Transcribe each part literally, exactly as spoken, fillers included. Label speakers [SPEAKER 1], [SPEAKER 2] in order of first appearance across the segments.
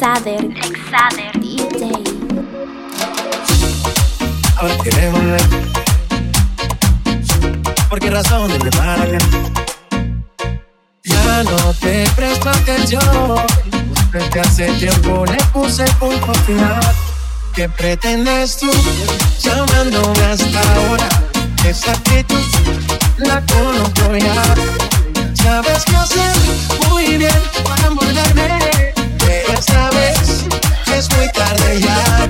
[SPEAKER 1] Texader, Texader, D J.
[SPEAKER 2] Ahora quiere volver. ¿Por qué razón me para acá? Ya no te presto atención. Desde hace tiempo le puse punto final. ¿Qué pretendes tú llamándome hasta ahora? Esa actitud la conozco ya. Sabes qué hacer muy bien para envolverme, pero esta vez es muy tarde ya.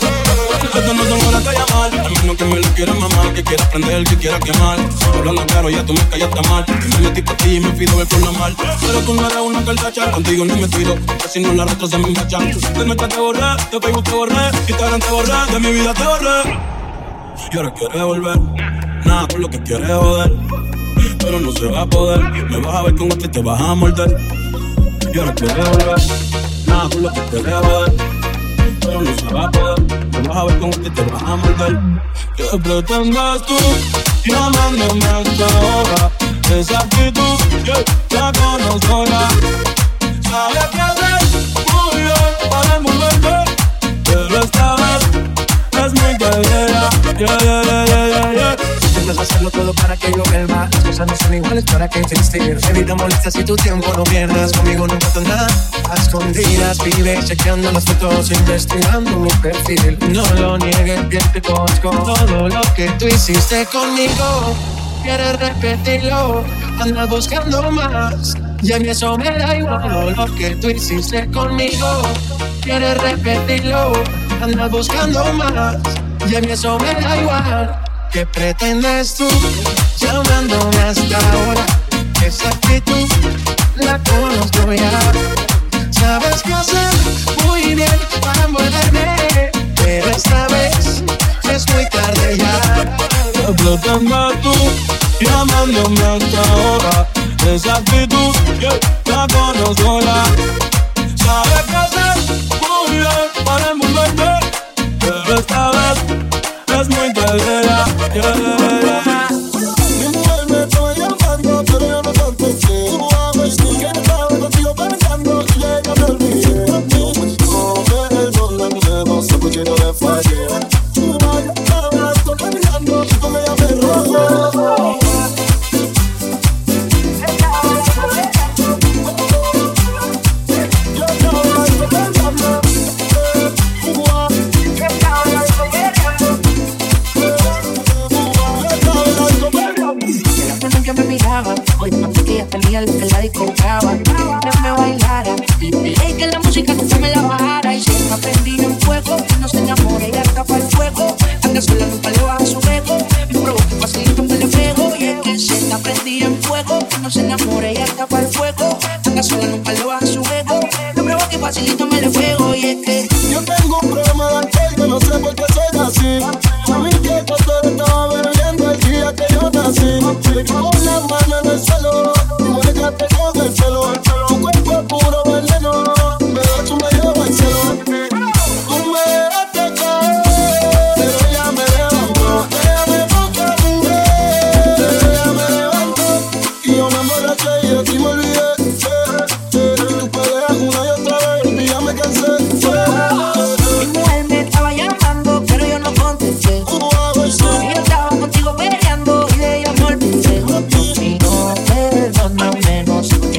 [SPEAKER 3] Esto no son horas de llamar, a menos que me lo quiera mamar, que quiera prender, que quiera quemar. Hablando claro, ya tú me callaste mal. Me metí por ti y me pido ver por la mal. Pero tú no eres una cartacha, contigo ni me tiro. Casi no la reto se me engacha. De nuestra te borré, de Facebook te borré, Instagram te borré, de mi vida te borré. Y ahora quieres volver, nada por lo que quieres joder. Pero no se va a poder, me vas a ver con este y te vas a morder. Y ahora quieres volver, nada por lo que quieres joder. Pero no se va a poder, me vas a ver con este y te vas a morder. ¿Qué pretendes tú llamándome hasta ahora? Esa actitud, yeah, la conozco ya. Sabes qué hacer muy bien para envolverte, pero esta vez es muy callera. Yeah, yeah, yeah, yeah, yeah.
[SPEAKER 2] Intentas hacerlo todo para que yo vuelva. Las cosas no son iguales, para que insistir. Evita molestias y tu tiempo no pierdas. Conmigo no encuentro nada a escondidas. Vive chequeando las fotos, investigando mi perfil. No lo niegues, bien te conozco. Todo lo que tú hiciste conmigo, quieres repetirlo. Andas buscando más, y a mí eso me da igual. Todo lo que tú hiciste conmigo, quieres repetirlo. Andas buscando más, y a mí eso me da igual. ¿Qué pretendes tú llamándome hasta ahora? Esa actitud la conozco ya. Sabes qué hacer muy bien para envolverme, pero esta vez es muy tarde ya.
[SPEAKER 3] ¿Qué pretendes tú llamándome hasta ahora? Esa actitud, yeah, la conozco ya. Sabes qué hacer muy bien para envolverme, pero esta vez es muy tarde ya. Yeah, yeah, yeah.
[SPEAKER 4] Mi mujer me estaba llamando, pero yo no contesté. Tú sabes que estaba contigo pensando y ya me olvidé. No, perdóname, no sé por qué no le fallé. Tú vaya, ahora estoy pensando y tú me llamas rojo.
[SPEAKER 5] Hoy antes que ella tenía lo que la disco buscaba, que me bailara y dejé que la música nunca me la bajara. Y siempre aprendí en fuego que no se enamore y hasta para el fuego. Anda sola nunca le baja su ego, me provoca facilito me le pego. Y es que siempre aprendí en fuego que no se enamore y hasta para el fuego. Anda sola nunca le baja su ego, me provoca y facilito me le pego. Y es que
[SPEAKER 4] yo tengo un problema de alcohol que no sé por qué soy así. Sabí que todo estaba bebiendo el día que yo nací. Me pongo las manos en el suelo y me dejaste con el pelo. Tu cuerpo es puro veneno, pero tú me llevas al cielo. Tú me dejaste caer, pero ya me levantó. Ella me busca mujer, pero ya me levantó. Y yo me emborraché y de ti me olvidé. Y tú peleas una y otra vez y ya me cansé.
[SPEAKER 5] mi mujer me estaba llamando, pero yo no contesté. Yo estaba contigo peleando y de ella me olvidé. Y no, perdóname, no sé por qué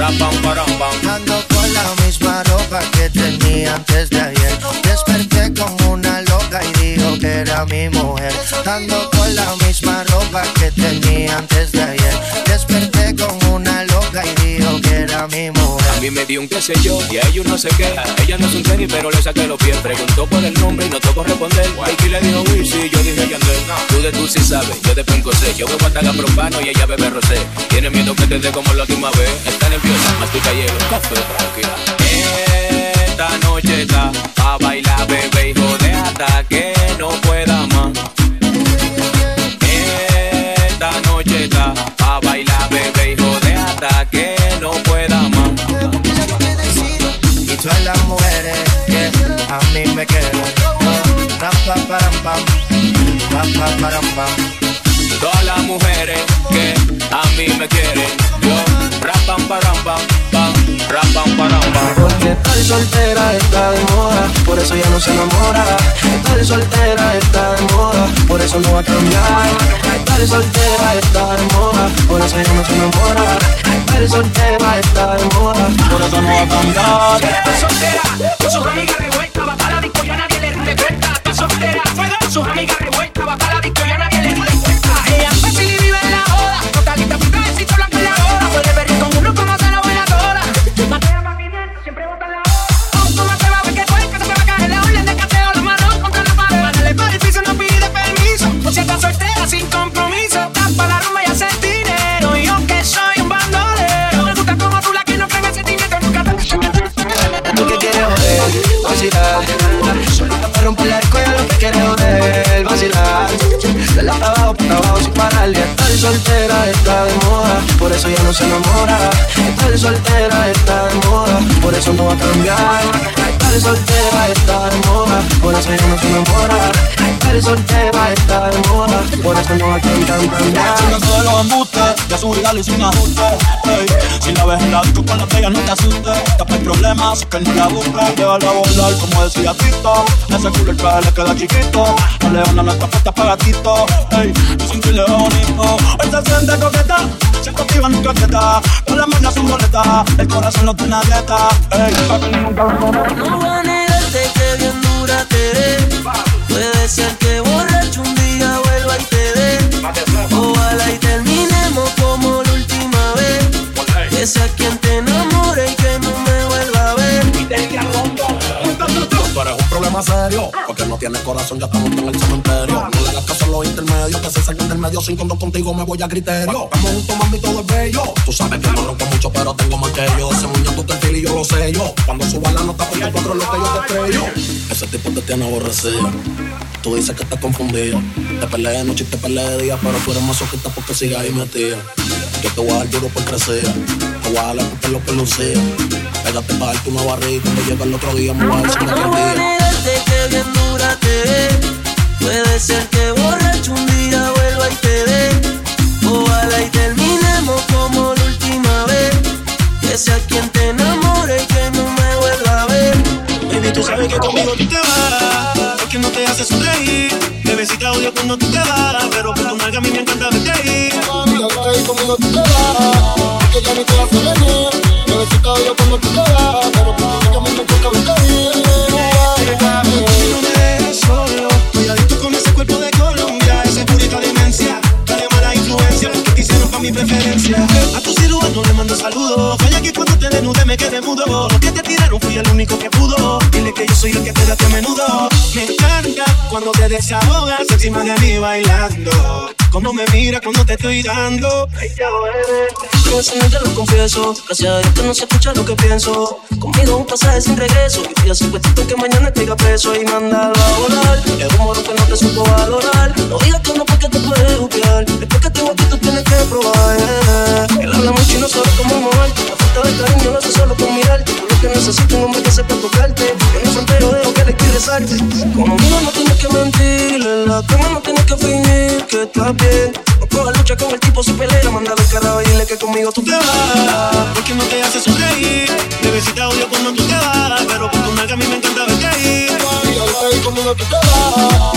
[SPEAKER 3] rapam, param, pam.
[SPEAKER 6] Ando con la misma ropa que tenía antes de ayer. Desperté con una loca y dijo que era mi mujer. Ando con la misma ropa que tenía antes de ayer. Desperté con una loca y dijo que era mi mujer.
[SPEAKER 3] A mí me dio un qué sé yo y a ellos no sé qué. Ella no es un tenis pero le saqué los pies. Preguntó por el nombre y no tocó responder. Mikey le dijo uy sí, yo dije Yandel. Tú de tú sí sabes, yo de penco sé. Yo bebo hasta propano y ella bebe rosé. Tiene miedo que te dé como la última vez. Está nerviosa, mastica hielo, café, tranquila. Esta noche está pa' bailar, bebé, hijo de hasta que no pueda más. Esta noche está pa' bailar, bebé, hijo de hasta que no pueda más.
[SPEAKER 6] Y todas las mujeres que a mí me quieren, rapa param pam, rapa param pam.
[SPEAKER 3] Todas las mujeres que a mí me quieren, yo rapam param pam pam, rapam param pam.
[SPEAKER 2] Porque estar soltera está de moda, por eso ya no se enamora. Estar soltera está de moda, por eso no va a cambiar. Estar soltera está de moda, por eso ya no se enamora. Estar soltera está de moda, por eso no va a cambiar.
[SPEAKER 7] Está soltera, con sus amigas revueltas, va para la disco y a nadie le respeta. Está soltera, con sus amigas revueltas, va para la disco y a nadie le respeta. Ella fácil y vive en la joda, totalita pica, besito blanco en la hora. Puede ver con uno como se lo baila toda. Matea maquineta, siempre bota la hora. ¿Cómo te va a ver que fue? Que se te va a caer la orden de cateo, la mano contra la pared. Mándale para el piso, no pide permiso. Si estás soltera sin compromiso, estás para la rumba y hacer dinero. Y yo que soy un bandolero, me gusta como tú la que no frena ese dinero. Nunca te...
[SPEAKER 2] Tú que quieres joder, vacilar. Solita para romper la arco, ya lo que quieres joder, vacilar. De la para abajo, para abajo sin pararle. Estar soltera está de moda, por eso ya no se enamora. Estar soltera está de moda, por eso no va a cambiar. Estar soltera está de moda, por eso ya no se enamora. Estar soltera está de moda, por eso no va a cambiar.
[SPEAKER 8] Sin caso de los embustes, ya subí dale sin ajuste. Ey, si la ves en la disco con la pega no te asustes. Tapa el problema, si que no la busca. Llévala a volar como decía Tito. Ese culo el traje le queda chiquito. No le van a nuestra puesta para gatito. Ey, yo sin chile bonito. Hoy se siente coqueta, se cultiva nunca quieta. Con las manos son boletas, el corazón no tiene dieta. Ey,
[SPEAKER 9] no voy a negarte que bien dura te dé. Puede ser que borracho un día vuelva y te dé. Ojalá y terminemos como la última vez. Que sea quien te enamore y que no me vuelva a ver.
[SPEAKER 8] Tú eres un problema serio, porque no tienes corazón, ya estamos en el cementerio. No le hagas caso a los intermedios, que se saquen del medio. Sin condón contigo me voy a criterio. Estamos juntos, mami, todo es bello. Tú sabes que no rompo mucho, pero tengo más que yo. Ese muñeco tú te fil y yo lo sé yo. Cuando suba la nota por cuatro lo que yo te estrello. Ese tipo te tiene aborrecido. Tú dices que estás confundido. Te peleé de noche y te peleé de día, pero tú eres masoquista porque sigues ahí metida. Yo te voy a dar duro por crecer. Te voy a dar por los pelucías. Pégate para darte una barriga. Cuando llegue el otro día me voy a dar sin
[SPEAKER 9] no voy a negarte que bien dura te dé. Puede ser que borracho un día vuelva y te dé. Ojalá y terminemos como la última vez. Que sea quien te enamore y que no me vuelva a ver.
[SPEAKER 8] Baby, tú sabes que conmigo tú te vas, porque no te haces sonreír. Bebecita odio cuando tú te vas, pero por tu nalga a mí me encanta verte ahí.
[SPEAKER 4] Amiga, ahí conmigo tú te vas, porque ya ni te hace venir. Bebecita odio cuando tú te vas, pero por tu nalga a mí me encanta verte ahí.
[SPEAKER 8] No me dejes solo, estoy adicto con ese cuerpo de Colombia. Ese purita demencia, dale mala influencia, que te hicieron pa' mi preferencia. A tu cirujano le mando saludos, falla que cuando te desnude me quedé mudo. Lo que te tiraron fui el único que pudo. Dile que yo soy el que te da a menudo. Me encanta cuando te desahogas encima de mí bailando. Como me mira cuando te estoy dando. Ay, ya bebé.
[SPEAKER 9] Con ese no te lo confieso. Gracias a Dios que no se escucha lo que pienso. Conmigo un pasaje sin regreso. Y pida sin cuestión que mañana caiga preso. Y mándalo a volar. Es un moro que no te supo valorar. No digas que no porque te puedes juzgar. Después que te voy aquí tú tienes que probar. eh. Él habla mucho y no sabe cómo mover. La falta de cariño lo hace solo con mirar. Tú lo que necesitas un hombre que sepa tocarte. Yo no soltero dejo que le quiere besarte. Conmigo no tienes que mentir. En la cama no tienes que fingir que estás bien. No cojas lucha con el tipo si pelea. Mándale el carajo y dile que conmigo tú te vas.
[SPEAKER 8] Porque no te haces sonreír. Bebecita odio cuando tú te vas, pero por tu nalga a mí me encanta verte ahí.
[SPEAKER 4] Amiga, ahí conmigo tú te vas,